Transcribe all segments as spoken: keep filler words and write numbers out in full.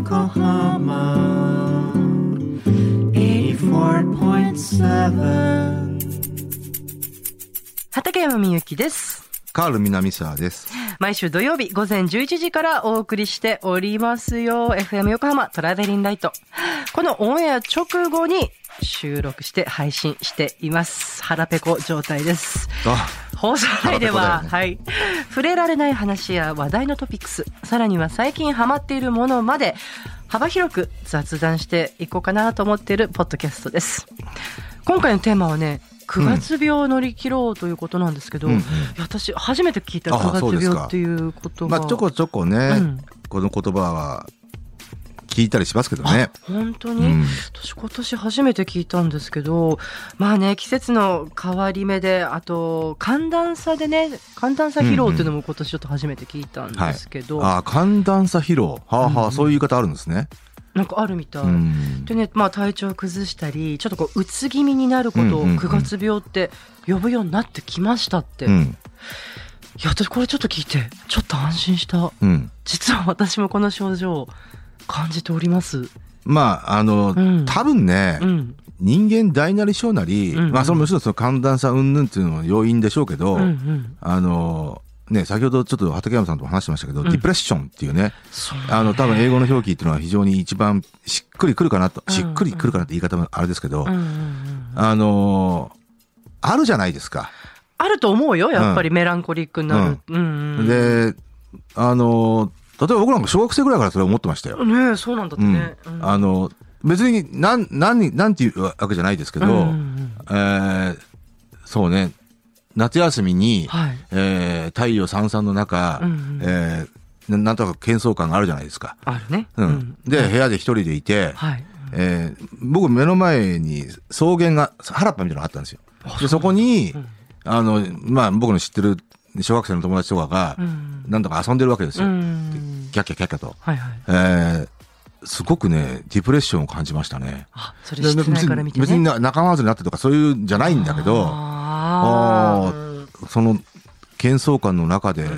Yokohama eighty-four point seven 畠山みゆきです。 カール南沢です。 毎週土曜日午前じゅういちじからお送りしておりますよ。 エフエム 横浜トラベリンライト。このオンエア直後に収録して配信しています。腹ペコ状態です。 あ、 放送内では、 ね、 はい、触れられない話や話題のトピックス、さらには最近ハマっているものまで幅広く雑談していこうかなと思っているポッドキャストです。今回のテーマはね、くがつ病を乗り切ろうということなんですけど、うんうん、私初めて聞いたくがつ病っていうことが、 まあ、ちょこちょこね、うん、この言葉は聞いたりしますけどね。 本当に、うん、私今年初めて聞いたんですけど、まあね、季節の変わり目で、あと寒暖差でね、寒暖差疲労っていうのも今年ちょっと初めて聞いたんですけど、 うんうん、はい、あ、寒暖差疲労、はあはあ、うん、そういう言い方あるんですね。 なんかあるみたい、うん、でね、まあ、体調を崩したりちょっとこううつ気味になることをくがつ病って呼ぶようになってきましたって、うん、いや私これちょっと聞いてちょっと安心した、うん、実は私もこの症状を感じております。まああの、うん、多分ね、うん、人間大なり小なり、うんうん、まあ、そのむしろその寒暖差云々っていうのも要因でしょうけど、うんうん、あのね、先ほどちょっと畠山さんと話してましたけど、うん、ディプレッションっていうね、あの多分英語の表記っていうのは非常に一番しっくりくるかなと、しっくりくるかなって言い方もあれですけど、うんうん、あのあるじゃないですか。 あると思うよ、やっぱりメランコリックになる、うんうんうん、 で、あの例えば僕なんか小学生ぐらいからそれ思ってましたよ。 ねえ、そうなんだってね、 うんうん、あの別に何何何ていうわけじゃないですけど、うんうんうん、えー、そうね、夏休みに、はい、えー、太陽さんさんの中、うんうん、えー、な, なんとなく喧騒感があるじゃないですか。 あるね。 うんうん、で、はい、部屋で一人でいて、はい、えー、僕目の前に草原が原っぱみたいなのがあったんですよ。でそこに、うん、あのまあ僕の知ってる小学生の友達とかが、うん、なんとか遊んでるわけですよ。うん、キャッキャキャッキャと、はいはい、えーすごくねディプレッションを感じましたね。 あ、それ室内から見てね。 別に仲間外れになってとかそういうんじゃないんだけど、ああ、その喧騒感の中で、うんうん、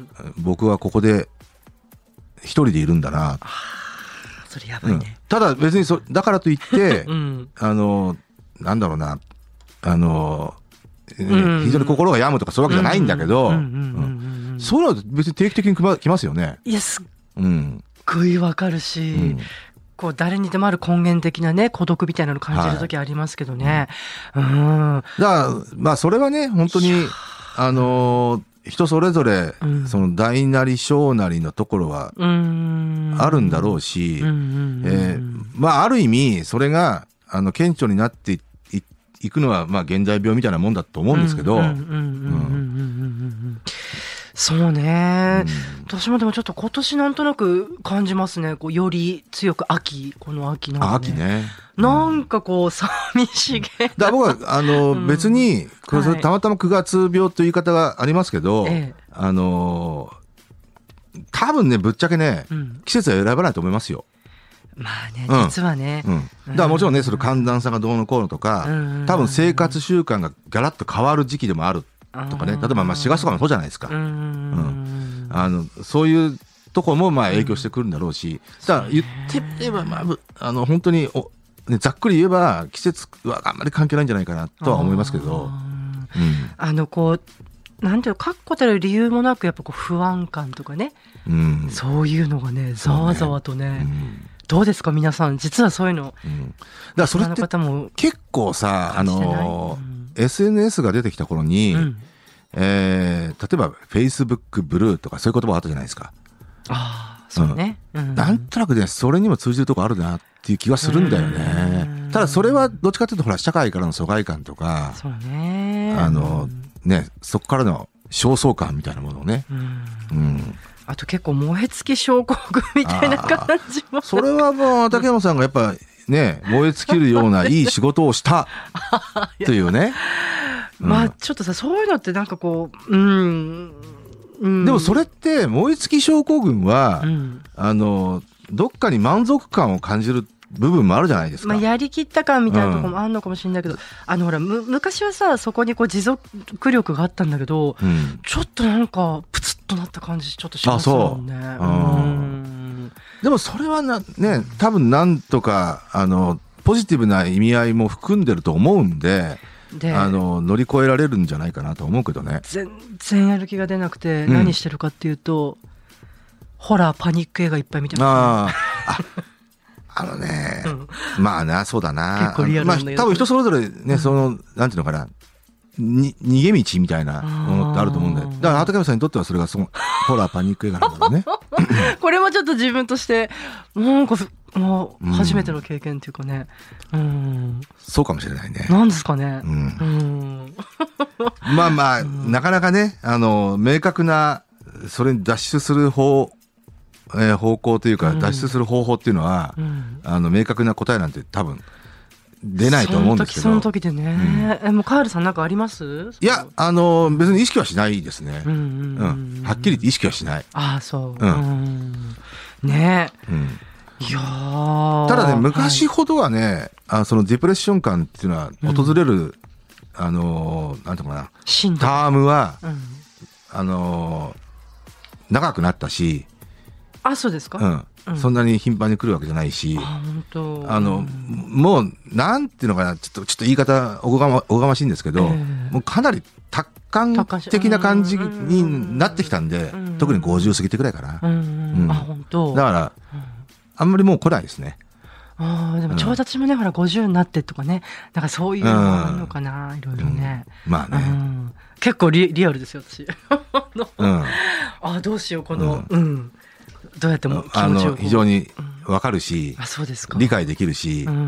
僕はここで一人でいるんだな。あ、 それやばいね、うん、 ただ別にそだからといって、うん、あのなんだろうな、あの、うん、非常に心が病むとかそういうわけじゃないんだけど、そういうのは別に定期的に来ますよね。 いや、すっごいわかるし、うん、こう誰にでもある根源的なね孤独みたいなの感じる時ありますけどね、はい、うん、 だからまあそれはね本当にあのー、人それぞれ、うん、その大なり小なりのところはあるんだろうし、まあある意味それがあの顕著になっていいくのはまあ現代病みたいなもんだと思うんですけど、 そうね、うん、私もでもちょっと今年なんとなく感じますね。こうより強く秋、この秋なんかね、 秋ね、 なんかこう寂しげな。 だから僕はあの、うん、別にこれそれたまたまくがつ病という言い方がありますけど、はい、あの多分ねぶっちゃけね、うん、季節は選ばないと思いますよ。 まあね、実はね、 うんうん、だからもちろんねその寒暖差がどうのこうのとか、うん、多分生活習慣がガラッと変わる時期でもあるとかね、例えばまあしがつとかもそうじゃないですか。うん、うん、あのそういうとこもまあ影響してくるんだろうし、うん、だから言ってみれば、まあ、あの本当にお、ね、ざっくり言えば季節はあんまり関係ないんじゃないかなとは思いますけど、うん、 あのこうなんていう確固たる理由もなくやっぱこう不安感とかね、うん、そういうのがねざわざわとね、うん、どうですか皆さん、実はそういうの、うん、だからそれって結構さ、あの、うん、エスエヌエス が出てきた頃に、うん、えー、例えば Facebook ブルーとかそういう言葉があったじゃないですか。 ああ、そうね、うん、 なんとなくねそれにも通じるとこあるなっていう気はするんだよね。ただそれはどっちかというとほら社会からの疎外感とか、 そうね、 あのねそこからの焦燥感みたいなものをね、うんうん、 あと結構燃え尽き症候群みたいな感じも、 それはもう竹山さんがやっぱね燃え尽きるようないい仕事をしたというねまあちょっとさそういうのってなんかこう、うんうん、 でもそれって燃え尽き症候群は、うん、あのどっかに満足感を感じる部分もあるじゃないですか。 まあ、やりきった感みたいなところもあるのかもしれないけど、うん、あのほらむ昔はさそこにこう持続力があったんだけど、うん、ちょっとなんかプツッとなった感じちょっとしますもんね。あ、そう、うん、 でもそれはな、ね、多分なんとか、あの、ポジティブな意味合いも含んでると思うんで、であの乗り越えられるんじゃないかなと思うけどね。 全然やる気が出なくて、何してるかっていうと、うん、ホラーパニック映画いっぱい見てます、ね、あああのね、うん、まあな、そうだな。 結構リアルなやつ。 まあ多分人それぞれね、うん、その、なんていうのかな、に逃げ道みたいなものってあると思うんで。だから畠山さんにとってはそれがそのホラーパニック映画なんだろうね。 これもちょっと自分として、なんか、もう初めての経験っていうかね、うん、 そうかもしれないね。 なんですかね、 うんうん、まあまあ、うん、なかなかね、あの明確なそれに脱出する方、えー、方向というか、うん、脱出する方法っていうのは、うん、あの明確な答えなんて多分出ないと思うんですけど、 その時その時でね、うん、えもうカールさんなんかあります？ いや、あの別に意識はしないですね、うんうんうんうん、はっきり言って意識はしない。 ああ、そう、うん、ねえ、うんいやただね、昔ほどはね、はい、あそのディプレッション感っていうのは訪れる、うん、あのなんていうのかな、タームは、うん、あの長くなったし、 あ、そうですか、うんうん、そんなに頻繁に来るわけじゃないし、 あ、本当、 あの、うん、もうなんていうのかな、ちょっとちょっと言い方おこがまおこがましいんですけど、えー、もうかなり達観的な感じになってきたんで、うん、特にごじゅう過ぎてくらいかな、うんうん、あ、本当、 だから、うん、あんまりもう来ないですね。 ああ、でも調達もね、うん、ほらごじゅうになってとかね、なんかそういうのがあるのかな、うん、いろいろね、 うん、まあね、うん、 結構 リ, リアルですよ私、 うん、 あ、どうしようこの、うんうん、どうやっても気持ちをあの非常に分かるし、 うん、あ、そうですか、 理解できるし、うんうん、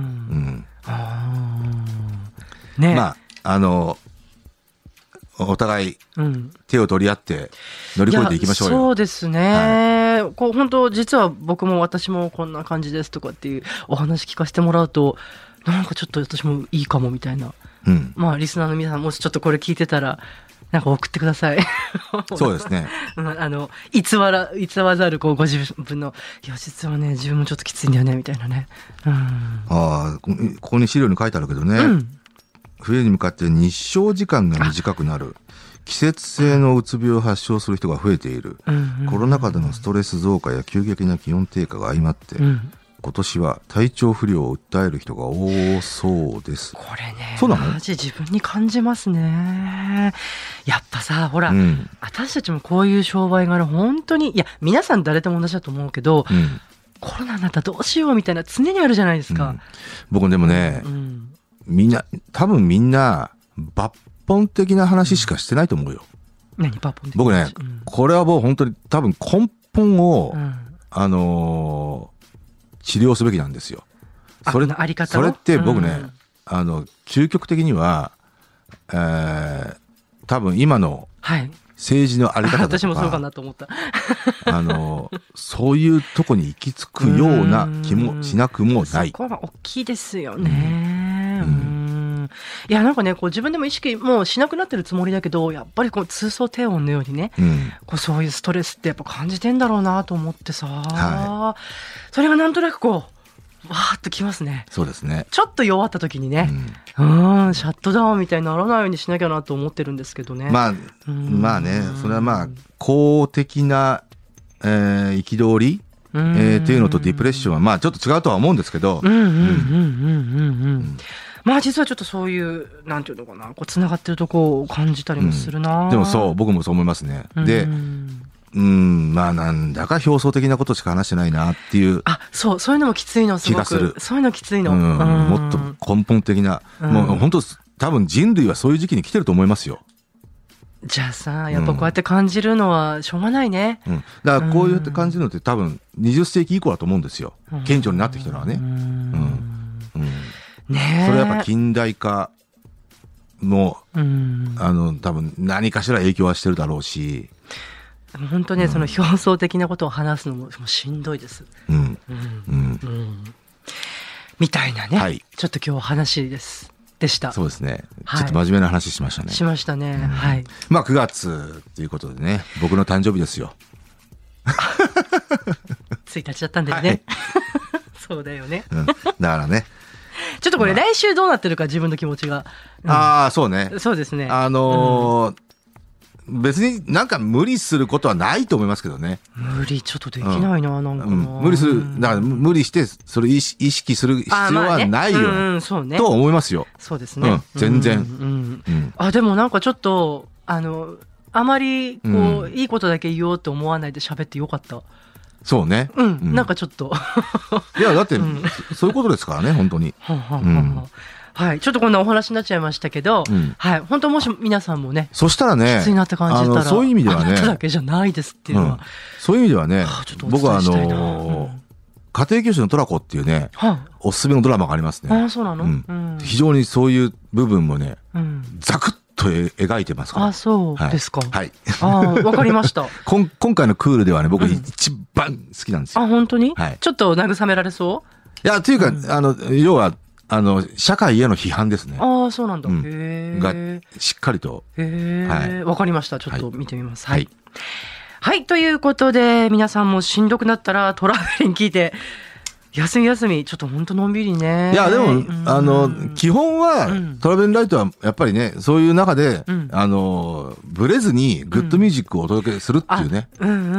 あね、 まああのお互い手を取り合って乗り越えていきましょうよ。 そうですね、はい、こう本当実は僕も私もこんな感じですとかっていうお話聞かせてもらうと、なんかちょっと私もいいかもみたいな、うん、まあリスナーの皆さんもしちょっとこれ聞いてたらなんか送ってください。 そうですね。 あの偽ら偽わざるこうご自分の、いや実はね自分もちょっときついんだよねみたいなね、うん、 ああ、ここに資料に書いてあるけどね、うん、冬に向かって日照時間が短くなる、季節性のうつ病を発症する人が増えている、うんうん、コロナ禍でのストレス増加や急激な気温低下が相まって、うん、今年は体調不良を訴える人が多そうです。 これね、 そうなの？ マジ自分に感じますね。やっぱさ、ほら、うん、私たちもこういう商売柄本当に、いや皆さん誰とも同じだと思うけど、うん、コロナになったらどうしようみたいな常にあるじゃないですか、うん、 僕でもね、うん、みんな多分みんな抜本的な話しかしてないと思うよ。 何抜本的な話？ 僕ね、うん、これはもう本当に多分根本を、うん、あのー、治療すべきなんですよ。それ、 あり方それって僕ね、うん、あの究極的には、えー、多分今の政治のあり方だとか、 私もそうかなと思った。 あのそういうとこに行き着くような気もしなくもない。 そこは大きいですよね。うんうんいやなんかねこう自分でも意識もうしなくなってるつもりだけどやっぱりこう通奏低音のようにね、うん、こうそういうストレスってやっぱ感じてんだろうなと思ってさ、はい、それがなんとなくこうわーっときますね。 そうですね。 ちょっと弱った時にね、うん、うんシャットダウンみたいにならないようにしなきゃなと思ってるんですけどね。 まあ、うん、まあねそれはまあ公的な憤、えー、り、えー、っていうのとディプレッションはまあちょっと違うとは思うんですけど。うんうんうんうんうんうん。まあ実はちょっとそういうなんていうのかなこうつながってるとこを感じたりもするな、うん、でもそう僕もそう思いますね。でうんまあなんだか表層的なことしか話してないなっていうあそうそういうのもきついのすごく気がする。そういうのきついの、うん、 もっと根本的な、うん、もう本当多分人類はそういう時期に来てると思いますよ。 じゃあさやっぱこうやって感じるのはしょうがないね、 うん、だからこうやって感じるのって多分にじゅっ世紀以降だと思うんですよ、うん、顕著になってきたのはね。うんうんね、それはやっぱ近代化も、うん、あの多分何かしら影響はしてるだろうし本当ね、うん、その表層的なことを話すのももうしんどいです、うんうんうんうん、みたいなね、はい、ちょっと今日話ですでした。 そうですね、はい、ちょっと真面目な話しましたね。 しましたね、うん、はいまあくがつということでね僕の誕生日ですよ。 ついたちだったんだよね、はい、そうだよね、 うん、だからねちょっとこれ来週どうなってるか自分の気持ちが、 うん、ああそうねそうですねあのー別になんか無理することはないと思いますけどね。 無理ちょっとできないな、うん、なんかな、うん、 無理する、だから無理して、それ意識する必要はないよ、ねうんうんそうね、と思いますよ。 そうですね。 うん、全然、うんうんうん。あ、でもなんかちょっと、あの、あまりこう、うん、いいことだけ言おうと思わないで喋ってよかった。 そうね。 うん、うん、なんかちょっと。 いや、だって、うん、そういうことですからね、本当に。 はははははい、ちょっとこんなお話になっちゃいましたけど、うん、はい、本当もし皆さんもね、 そしたらね、 きついなって感じたら、 そういう意味ではね、 あなただけじゃないですっていうのは、うん、 そういう意味ではね、はあ、僕はあのーうん、家庭教師のトラコっていうね、はあ、おすすめのドラマがありますね。 ああ、そうなの、うんうん、 非常にそういう部分もね、うん、ざくっと描いてますから。 あ、そうですか。 はい。 ああ、わかりました。 こん今回のクールではね、僕一番好きなんですよ。 あ、本当に、はい、ちょっと慰められそう？ いや、というか、うん、あの、要は、あの、社会への批判ですね。 ああ、そうなんだ。 うん、 へが、しっかりと。 へえ。わ、はい、かりました。ちょっと見てみます。はい。はい、はい、ということで、皆さんもしんどくなったらトラベリン聞いて、休み休み、ちょっとほんとのんびりね。 いや、でも、うん、あの、基本は、トラベルライトは、やっぱりね、そういう中で、うん、あの、ブレずにグッドミュージックをお届けするっていうね。 うん、うん、うん、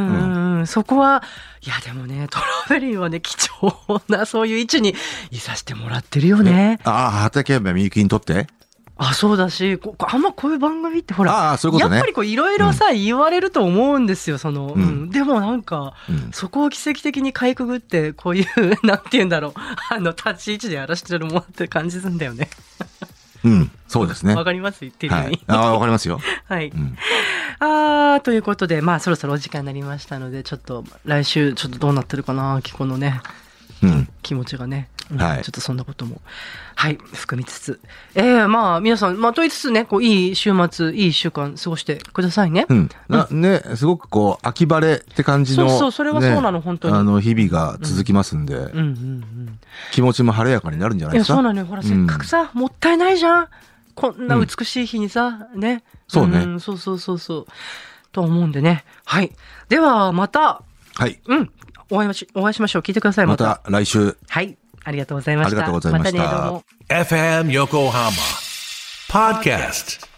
うん。そこは、いや、でもね、トラベリンはね、貴重な、そういう位置にいさせてもらってるよね。 ああ、畠山みゆきにとってあ、そうだし、こあんまこういう番組ってほら、 ああ、そういうことね、 やっぱりこういろいろさ、うん、言われると思うんですよ、その、うん、でもなんか、うん、そこを奇跡的にかいくぐって、こういう、なんて言うんだろう、あの、立ち位置でやらせてるもんって感じするんだよね。 うん、そうですね。 わかります言ってる意味。はい、 ああ、わかりますよ。 はい。うん、ああ、ということで、まあ、そろそろお時間になりましたので、ちょっと、来週、ちょっとどうなってるかな、キコのね、うん、気持ちがね。はい、ちょっとそんなことも、はい、含みつつ。えー、まあ、皆さん、まあ、と言いつつね、こう、いい週末、いい一週間過ごしてくださいね。 うん。な、ね、すごくこう、秋晴れって感じの。 そうそう、それはそうなの、ね、本当に。 あの、日々が続きますんで、うん、うんうんうん気持ちも晴れやかになるんじゃないですか。 いや、そうなのよ。ほら、せっかくさ、うん、もったいないじゃん。こんな美しい日にさ、うん、ね。 そうね、 うん。そうそうそうそう。と思うんでね。はい。では、また。 はい。 うん。お会いし、お会いしましょう。聞いてください。また。 また来週。 はい。ありがとうございました。 ありがとうございました。 またね、どうも。 エフエム Yokohama Podcast